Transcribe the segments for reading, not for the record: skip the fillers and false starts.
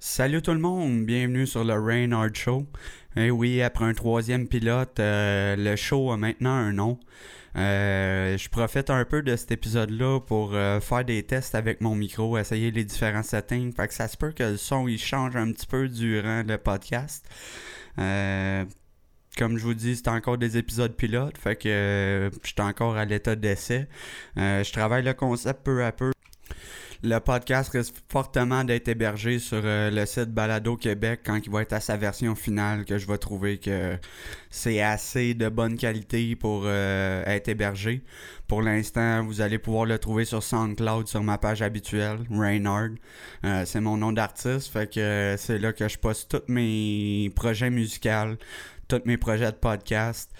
Salut tout le monde, bienvenue sur le Reynard Show. Eh oui, après un troisième pilote, le show a maintenant un nom. Je profite un peu de cet épisode-là pour faire des tests avec mon micro, essayer les différents settings. Fait que ça se peut que le son il change un petit peu durant le podcast. Comme je vous dis, c'est encore des épisodes pilotes, fait que je suis encore à l'état d'essai. Je travaille le concept peu à peu. Le podcast risque fortement d'être hébergé sur le site Balado Québec quand il va être à sa version finale, que je vais trouver que c'est assez de bonne qualité pour être hébergé. Pour l'instant, vous allez pouvoir le trouver sur SoundCloud sur ma page habituelle, Reynard. C'est mon nom d'artiste, fait que c'est là que je poste tous mes projets musicaux, tous mes projets de podcast.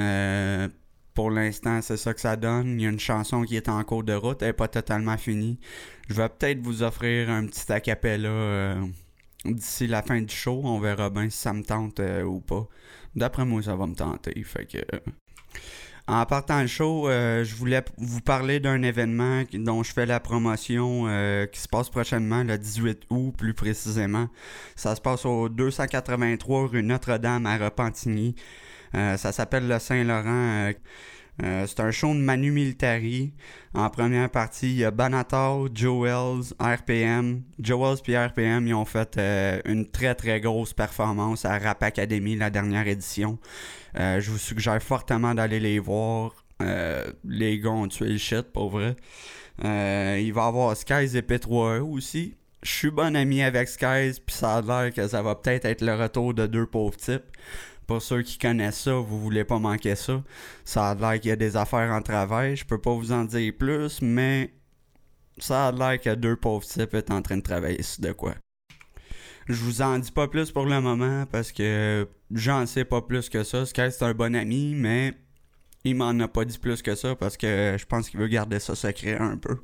Pour l'instant, c'est ça que ça donne. Il y a une chanson qui est en cours de route. Elle n'est pas totalement finie. Je vais peut-être vous offrir un petit acapella d'ici la fin du show. On verra bien si ça me tente ou pas. D'après moi, ça va me tenter. Fait que... En partant le show, je voulais vous parler d'un événement dont je fais la promotion qui se passe prochainement, le 18 août plus précisément. Ça se passe au 283 rue Notre-Dame à Repentigny. Ça s'appelle le Saint-Laurent. C'est un show de Manu Militari. En première partie, il y a Banator, Joels, RPM. Joels puis RPM, ils ont fait une très très grosse performance à Rap Academy, la dernière édition. Je vous suggère fortement d'aller les voir. Les gars ont tué le shit, pour vrai. Il va y avoir Skies et P3E aussi. Je suis bon ami avec Skies, puis ça a l'air que ça va peut-être être le retour de deux pauvres types. Pour ceux qui connaissent ça, vous voulez pas manquer ça. Ça a l'air qu'il y a des affaires en travail. Je peux pas vous en dire plus, mais ça a l'air que deux pauvres types est en train de travailler sur de quoi. Je vous en dis pas plus pour le moment parce que j'en sais pas plus que ça. Sky, c'est un bon ami, mais il m'en a pas dit plus que ça parce que je pense qu'il veut garder ça secret un peu.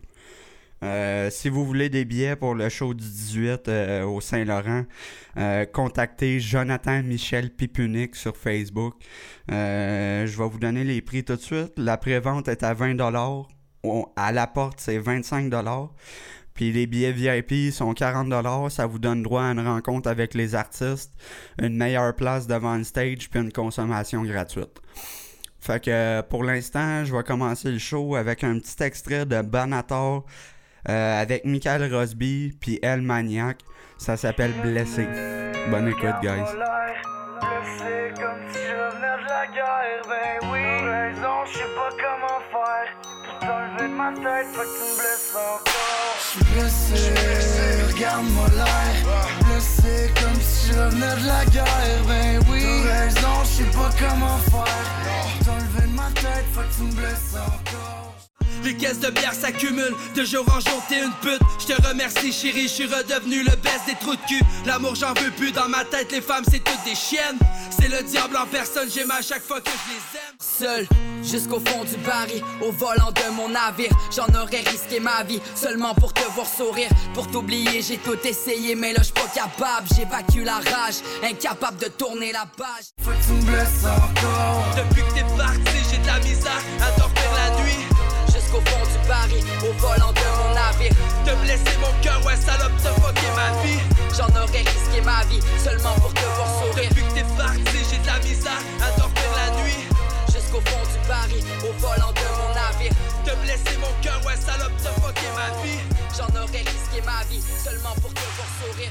Si vous voulez des billets pour le show du 18 au Saint-Laurent, contactez Jonathan Michel Pipunic sur Facebook. Je vais vous donner les prix tout de suite. La prévente est à 20$. À la porte, c'est 25$. Puis les billets VIP sont 40$. Ça vous donne droit à une rencontre avec les artistes, une meilleure place devant le stage, puis une consommation gratuite. Fait que pour l'instant, je vais commencer le show avec un petit extrait de Banator avec Michael Rosby puis El Maniac. Ça s'appelle Blessé. Bonne écoute, guys. Blessé comme si je revenais de la guerre. Ben oui, raison, je sais pas comment faire pour t'enlever de ma tête, faut que tu me blesses encore. J'suis blessé, regarde-moi l'air. Blessé comme si je revenais de la guerre. Ben oui, raison, je sais pas comment faire pour t'enlever de ma tête, faut que tu me blesses encore. Les caisses de bière s'accumulent, de jour en jour t'es une pute. Je te remercie chérie, je suis redevenu le best des trous de cul. L'amour j'en veux plus, dans ma tête les femmes c'est toutes des chiennes. C'est le diable en personne, j'aime à chaque fois que je les aime. Seul, jusqu'au fond du baril, au volant de mon navire. J'en aurais risqué ma vie, seulement pour te voir sourire. Pour t'oublier j'ai tout essayé, mais là j'suis pas capable. J'évacue la rage, incapable de tourner la page. Faut que tu me blesses encore. Depuis que t'es parti, j'ai de la misère à dormir la nuit. Jusqu'au fond du baril, au volant de mon navire. Te blesser mon cœur, ouais salope, t'as fucké ma vie. J'en aurais risqué ma vie, seulement pour te voir sourire. Depuis que t'es parti, j'ai de la misère à dormir la nuit. Jusqu'au fond du baril, au volant de mon navire. Te blesser mon cœur, ouais salope, t'as fucké ma vie. J'en aurais risqué ma vie, seulement pour te voir sourire.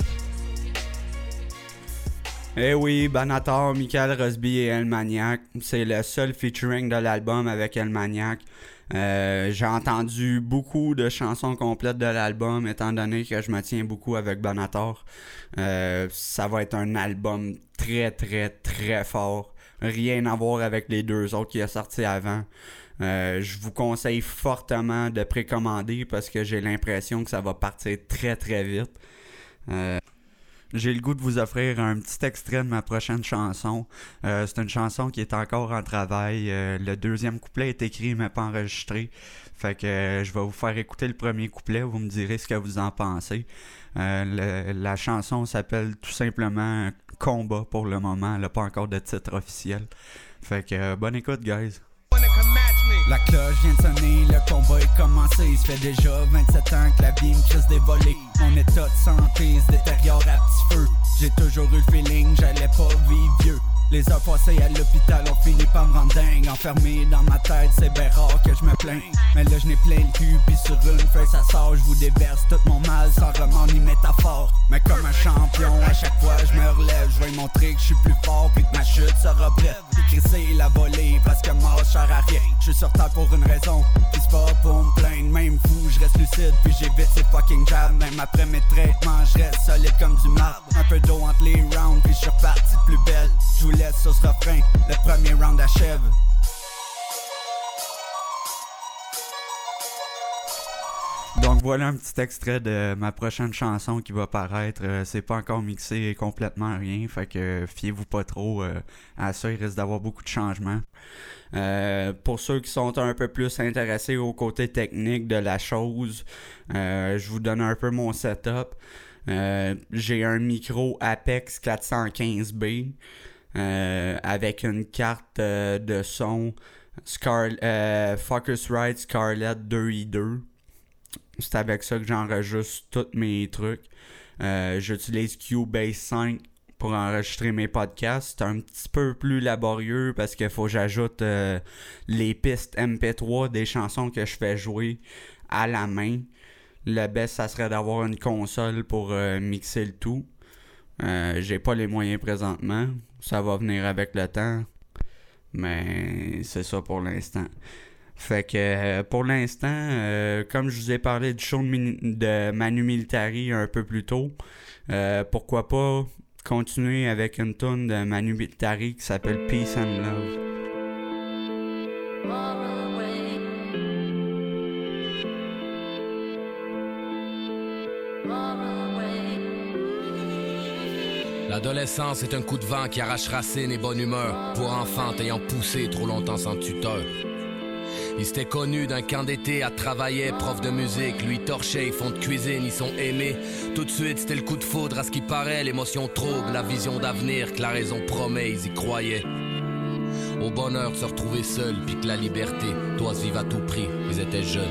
Eh oui, Banator, Michael Rosby et El Maniac. C'est le seul featuring de l'album avec El Maniac. J'ai entendu beaucoup de chansons complètes de l'album étant donné que je me tiens beaucoup avec Banator. Ça va être un album très très très fort. Rien à voir avec les deux autres qui a sorti avant. Je vous conseille fortement de précommander parce que j'ai l'impression que ça va partir très très vite. J'ai le goût de vous offrir un petit extrait de ma prochaine chanson. C'est une chanson qui est encore en travail. Le deuxième couplet est écrit mais pas enregistré. Fait que je vais vous faire écouter le premier couplet. Vous me direz ce que vous en pensez. La chanson s'appelle tout simplement Combat pour le moment. Elle n'a pas encore de titre officiel. Fait que bonne écoute, guys. Wanna come match me? La cloche vient de sonner, le combat est commencé. Ça fait déjà 27 ans que la vie me crisse des volets. Mon état de santé se détériore à petit feu. J'ai toujours eu le feeling, j'allais pas vivre vieux. Les heures passées à l'hôpital ont fini par me rendre dingue. Enfermé dans ma tête, c'est bien rare que je me plains. Mais là je n'ai plein le cul, puis sur une feuille ça sort. Je vous déverse tout mon mal sans remords ni métaphore. Mais comme un champion, à chaque fois je me relève. Je vais montrer que je suis plus fort, puis que ma chute sera brève. Puis crisser la volée, presque mort, je sers à rien. Je suis sur terre pour une raison, puis c'est pas pour me plaindre. Même fou, je reste lucide, puis j'évite ces fucking jabs. Même après mes traitements, je reste solide comme du marbre. Un peu d'eau entre les rounds, puis je suis reparti de plus belle. Je vous laisse sur ce refrain, le premier round achève. Donc voilà un petit extrait de ma prochaine chanson qui va paraître. C'est pas encore mixé complètement rien, fait que fiez-vous pas trop à ça, il risque d'avoir beaucoup de changements. Pour ceux qui sont un peu plus intéressés au côté technique de la chose, je vous donne un peu mon setup. J'ai un micro Apex 415B avec une carte de son Focusrite Scarlett 2i2. C'est avec ça que j'enregistre tous mes trucs. J'utilise Cubase 5 pour enregistrer mes podcasts. C'est un petit peu plus laborieux parce qu'il faut que j'ajoute les pistes MP3 des chansons que je fais jouer à la main. Le best, ça serait d'avoir une console pour mixer le tout. J'ai pas les moyens présentement. Ça va venir avec le temps. Mais c'est ça pour l'instant. Fait que pour l'instant, comme je vous ai parlé du show de Manu Militari un peu plus tôt, pourquoi pas continuer avec une tune de Manu Militari qui s'appelle Peace and Love. L'adolescence est un coup de vent qui arrache racines et bonne humeur pour enfants ayant poussé trop longtemps sans tuteur. Ils s'étaient connus d'un camp d'été à travailler, prof de musique, lui torchait, ils font de cuisine, ils sont aimés. Tout de suite c'était le coup de foudre, à ce qui paraît, l'émotion trouble, la vision d'avenir que la raison promet, ils y croyaient. Au bonheur de se retrouver seul, puis que la liberté doit se vivre à tout prix, ils étaient jeunes.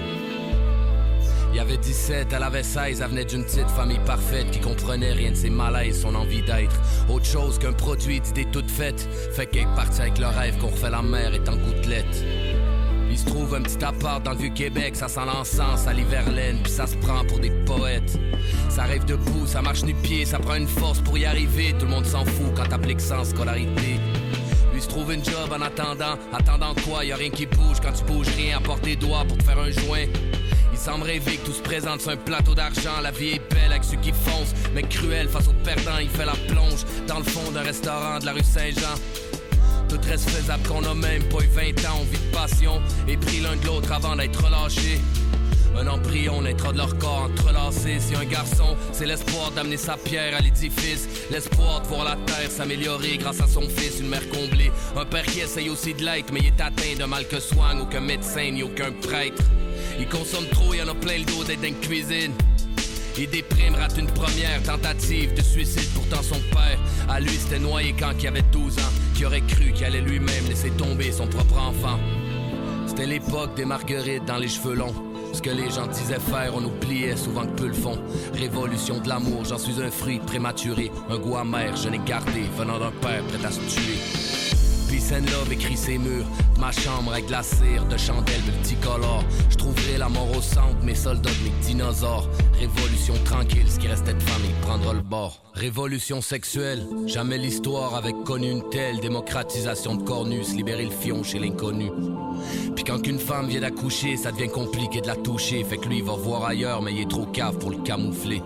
Il y avait 17, elle avait 16, elle venait d'une petite famille parfaite qui comprenait rien de ses malaises, son envie d'être autre chose qu'un produit d'idées toutes faites. Fait qu'elle est partie avec le rêve qu'on refait la mer est en gouttelettes. Il se trouve un petit appart dans le Vieux-Québec, ça sent l'encens, ça lit Verlaine, puis ça se prend pour des poètes. Ça rêve debout, ça marche nu-pied, ça prend une force pour y arriver. Tout le monde s'en fout quand t'appliques sans scolarité. Lui se trouve une job en attendant quoi, y'a rien qui bouge quand tu bouges rien, à porter tes doigts pour te faire un joint. Il semble rêver que tout se présente sur un plateau d'argent. La vie est belle avec ceux qui foncent, mais cruel face aux perdants, il fait la plonge dans le fond d'un restaurant de la rue Saint-Jean. Tout reste faisable qu'on a même pas eu 20 ans, on vit de passion et pris l'un de l'autre avant d'être relâché. Un embryon naîtra de leur corps entrelacé. Si un garçon, c'est l'espoir d'amener sa pierre à l'édifice, l'espoir de voir la terre s'améliorer grâce à son fils, une mère comblée. Un père qui essaye aussi de l'être, mais il est atteint d'un mal que soigne aucun médecin ni aucun prêtre. Il consomme trop, il en a plein le dos d'être dans une cuisine. Il déprime, rate une première tentative de suicide. Pourtant son père, à lui c'était noyé quand il avait 12 ans. Qui aurait cru qu'il allait lui-même laisser tomber son propre enfant. C'était l'époque des marguerites dans les cheveux longs. Ce que les gens disaient faire, on oubliait souvent que peu le font. Révolution de l'amour, j'en suis un fruit prématuré. Un goût amer, je n'ai gardé, venant d'un père prêt à se tuer. Peace and Love écrit ses murs de ma chambre avec de la cire, de chandelles multicolores. Je trouverai la mort au centre, mes soldats de mes dinosaures. Révolution tranquille, ce qui restait de famille prendra le bord. Révolution sexuelle, jamais l'histoire avait connu une telle démocratisation de cornus, libérer le fion chez l'inconnu. Puis quand qu'une femme vient d'accoucher, ça devient compliqué de la toucher. Fait que lui il va voir ailleurs, mais il est trop cave pour le camoufler.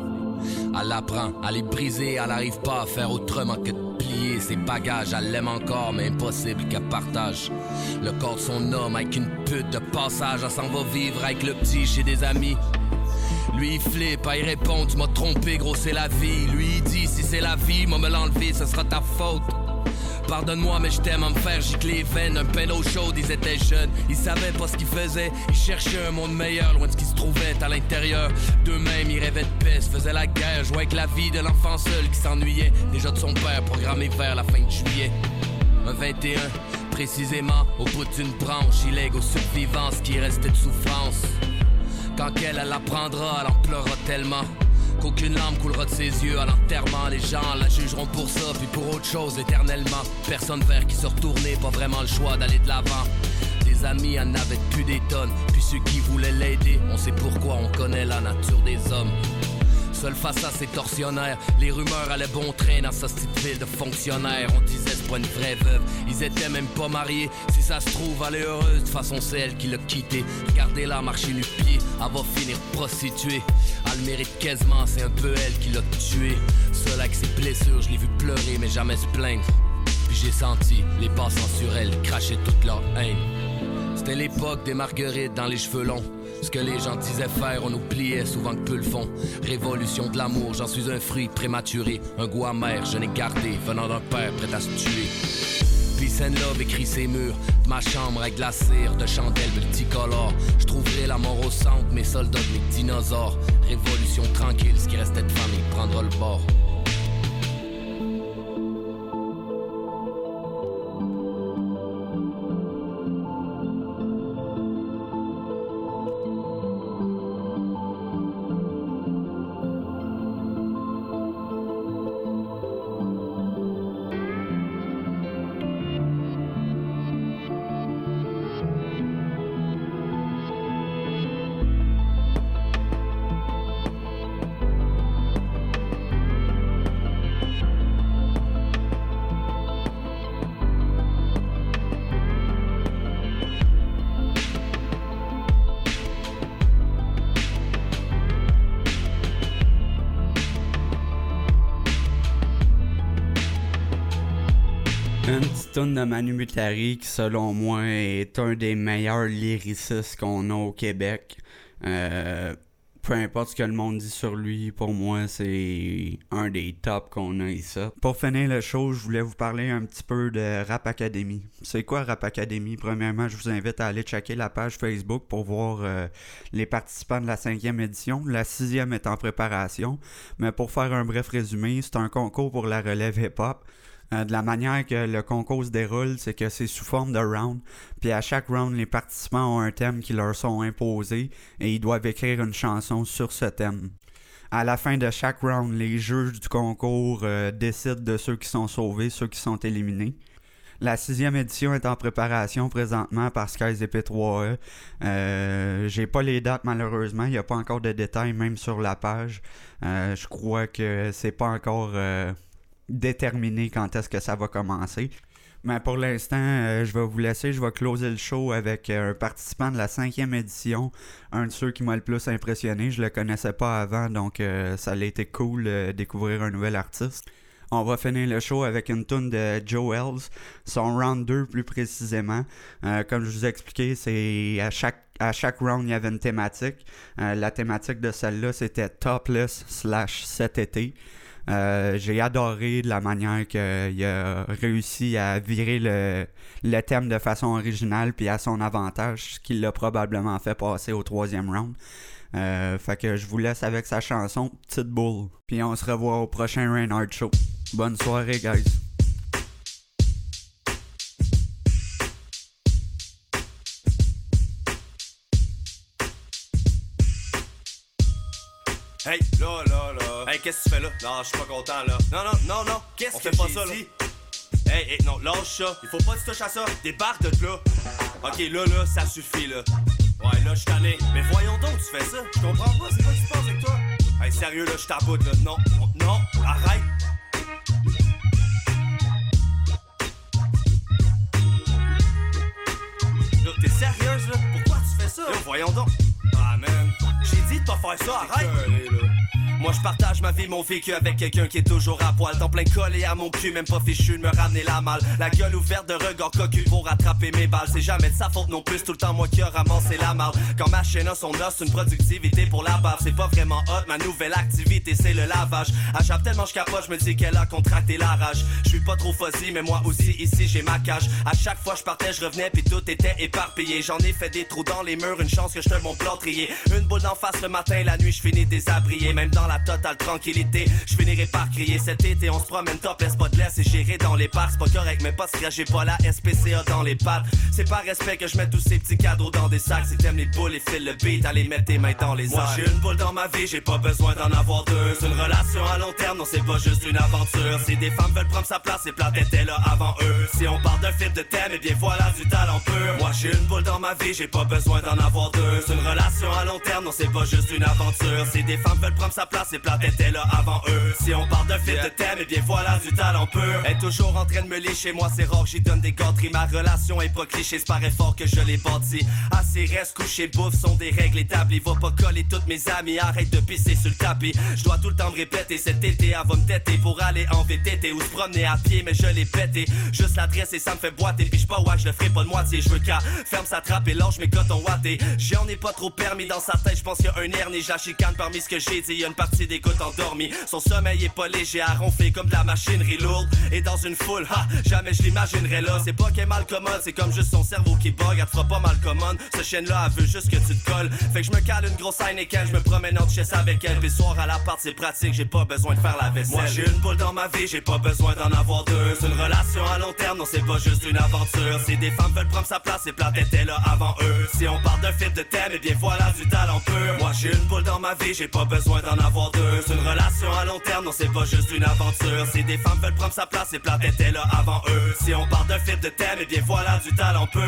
Elle apprend, elle est brisée, elle arrive pas à faire autrement que de plier ses bagages. Elle l'aime encore, mais impossible qu'elle partage le corps de son homme avec une pute de passage. Elle s'en va vivre avec le petit chez des amis. Lui il flippe, il répond, tu m'as trompé gros c'est la vie. Lui il dit, si c'est la vie, moi me l'enlever, ce sera ta faute. Pardonne-moi mais je t'aime à me faire gicler les veines. Un pain d'eau chaude, ils étaient jeunes, ils savaient pas ce qu'ils faisaient. Ils cherchaient un monde meilleur, loin de ce qui se trouvait à l'intérieur d'eux-mêmes. Ils rêvaient de paix, se faisaient la guerre, jouaient avec la vie de l'enfant seul qui s'ennuyait déjà de son père, programmé vers la fin de juillet. Un 21, précisément au bout d'une branche, il lègue aux survivants ce qui restait de souffrance. Quand elle apprendra, elle en pleurera tellement qu'aucune larme coulera de ses yeux à l'enterrement. Les gens la jugeront pour ça, puis pour autre chose éternellement. Personne vers qui se retourner, pas vraiment le choix d'aller de l'avant. Des amis en avaient plus des tonnes, puis ceux qui voulaient l'aider, on sait pourquoi, on connaît la nature des hommes. Seul face à ces tortionnaires, les rumeurs allaient bon train dans sa petite ville de fonctionnaires. On disait c'est pas une vraie veuve, ils étaient même pas mariés. Si ça se trouve, elle est heureuse, de toute façon c'est elle qui l'a quitté. Regardez-la marcher nu-pied, elle va finir prostituée. Elle le mérite quasiment, c'est un peu elle qui l'a tué. Seule avec ses blessures, je l'ai vu pleurer mais jamais se plaindre. Puis j'ai senti les passants sur elle cracher toute leur haine. C'était l'époque des marguerites dans les cheveux longs. Ce que les gens disaient faire, on oubliait souvent que peu le font. Révolution de l'amour, j'en suis un fruit prématuré. Un goût amer, je n'ai gardé, venant d'un père prêt à se tuer. Peace and love écrit ses murs, de ma chambre avec de la cire, de chandelles multicolores. Je trouverai la mort au centre, mes soldats, mes dinosaures. Révolution tranquille, ce qui restait de famille prendra le bord. Une petite toune de Manu Militari qui, selon moi, est un des meilleurs lyricistes qu'on a au Québec. Peu importe ce que le monde dit sur lui, pour moi, c'est un des tops qu'on a ici. Pour finir le show, je voulais vous parler un petit peu de Rap Academy. C'est quoi Rap Academy? Premièrement, je vous invite à aller checker la page Facebook pour voir les participants de la 5e édition. La 6e est en préparation. Mais pour faire un bref résumé, c'est un concours pour la relève hip-hop. De la manière que le concours se déroule, c'est que c'est sous forme de round. Puis à chaque round, les participants ont un thème qui leur sont imposés et ils doivent écrire une chanson sur ce thème. À la fin de chaque round, les juges du concours décident de ceux qui sont sauvés, ceux qui sont éliminés. La 6e édition est en préparation présentement par Skies EP3E. J'ai pas les dates malheureusement, il n'y a pas encore de détails même sur la page. Je crois que c'est pas encore déterminer quand est-ce que ça va commencer. Mais pour l'instant, je vais vous laisser. Je vais closer le show avec un participant de la 5e édition. Un de ceux qui m'a le plus impressionné. Je le connaissais pas avant, donc ça a été cool de découvrir un nouvel artiste. On va finir le show avec une tune de Joe Hells, son round 2 plus précisément. Comme je vous ai expliqué, c'est à chaque round, il y avait une thématique. La thématique de celle-là, c'était Topless / cet été. J'ai adoré de la manière qu'il a réussi à virer le thème de façon originale puis à son avantage, ce qui l'a probablement fait passer au 3e round. Fait que je vous laisse avec sa chanson Petite Boule. Puis on se revoit au prochain Reinhardt Show. Bonne soirée, guys. Hey, là. Hey, qu'est-ce que tu fais là? Non, je suis pas content, là. Non. Qu'est-ce que fait pas ça, là? Hey, non, lâche ça. Il faut pas que tu touches à ça. Débarque de là. Ok, là, ça suffit, là. Ouais, là, je suis tanné. Mais voyons donc, tu fais ça. Je comprends pas, c'est quoi qui se passe avec toi? Hey, sérieux, là, je t'aboute, là. Non, arrête. Là, t'es sérieuse, là? Pourquoi tu fais ça? Là, voyons donc. Ah, man. J'ai dit de pas faire ça, arrête. Moi je partage ma vie, mon vécu avec quelqu'un qui est toujours à poil. Temps plein collé à mon cul, même pas fichu de me ramener la malle. La gueule ouverte de regard cocu pour rattraper mes balles. C'est jamais de sa faute non plus, tout le temps moi qui a ramassé la malle. Quand ma chaîne a son os, une productivité pour la bave. C'est pas vraiment hot, ma nouvelle activité c'est le lavage. À chaque tellement je capote, je me dis qu'elle a contracté la rage. Je suis pas trop fuzzy, mais moi aussi ici j'ai ma cage. À chaque fois je partais, je revenais puis tout était éparpillé. J'en ai fait des trous dans les murs, une chance que j'étais mon plâtrier. Une boule d'en face le matin, la nuit je finis désabrié. Même dans la totale tranquillité. Je finirai par crier cet été, on se promène top, laisse pas de laisse et j'irai dans les parcs. C'est pas correct, mais pas de j'ai pas la SPCA dans les pattes. C'est par respect que je mets tous ces petits cadeaux dans des sacs. Si t'aimes les boules et file le beat, allez mettre tes mains dans les airs. Moi j'ai une boule dans ma vie, j'ai pas besoin d'en avoir deux. C'est une relation à long terme, non c'est pas juste une aventure. Si des femmes veulent prendre sa place, ces plantes étaient là avant eux. Si on parle d'un film de thème, et bien voilà du talent pur. Moi j'ai une boule dans ma vie, j'ai pas besoin d'en avoir deux. C'est une relation à long terme, non c'est pas juste une aventure. Si des femmes veulent prendre sa place, ces plantes étaient là avant eux. Si on parle d'un film de thème, et bien voilà du talent pur. Elle est toujours en train de me lécher, moi c'est rare, j'y donne des gâteries. Ma relation est pas cliché, c'est par effort que je l'ai bâti. Assez reste couché, bouffe sont des règles établies. Va pas coller toutes mes amis, arrête de pisser sur le tapis. Je dois tout le temps me répéter, cet été elle va me têter pour aller en VTT ou se promener à pied, mais je l'ai pété. Juste l'adresse et ça me fait boiter, puis j'pas ouais, je le ferai pas de moitié. Je veux qu'elle ferme sa trappe et lâche mes cotons wattés. J'en ai pas trop permis dans sa tête, j'pense qu'il y a un hernie. J'achicane parmi ce que j'ai dit, y'a une partie des côtes endormies. Son sommeil est pas léger, à ronfler comme de la machinerie lourde. Et dans une foule, ha, jamais je l'imaginerais là. C'est pas qu'elle est mal commode, c'est comme juste son cerveau qui bug. Elle te fera pas mal commode, ce chienne-là elle veut juste que tu te colles. Fait que je me cale une grosse Heineken, je me promène en chess avec elle. Puis soir à l'appart c'est pratique, j'ai pas besoin de faire la vaisselle. Moi j'ai une boule dans ma vie, j'ai pas besoin d'en avoir deux. C'est une relation à long terme, non c'est pas juste une aventure. Si des femmes veulent prendre sa place, ces plantes étaient là avant eux. Si on parle d'un film de thème, et bien voilà du talent pur. Moi j'ai une boule dans ma vie, j'ai pas besoin d'en avoir deux. C'est une relation à long terme, non c'est pas juste une aventure. Si des femmes veulent prendre sa place, ces plantes étaient là avant eux. Si on parle d'un film de thème, et bien voilà du talent pur.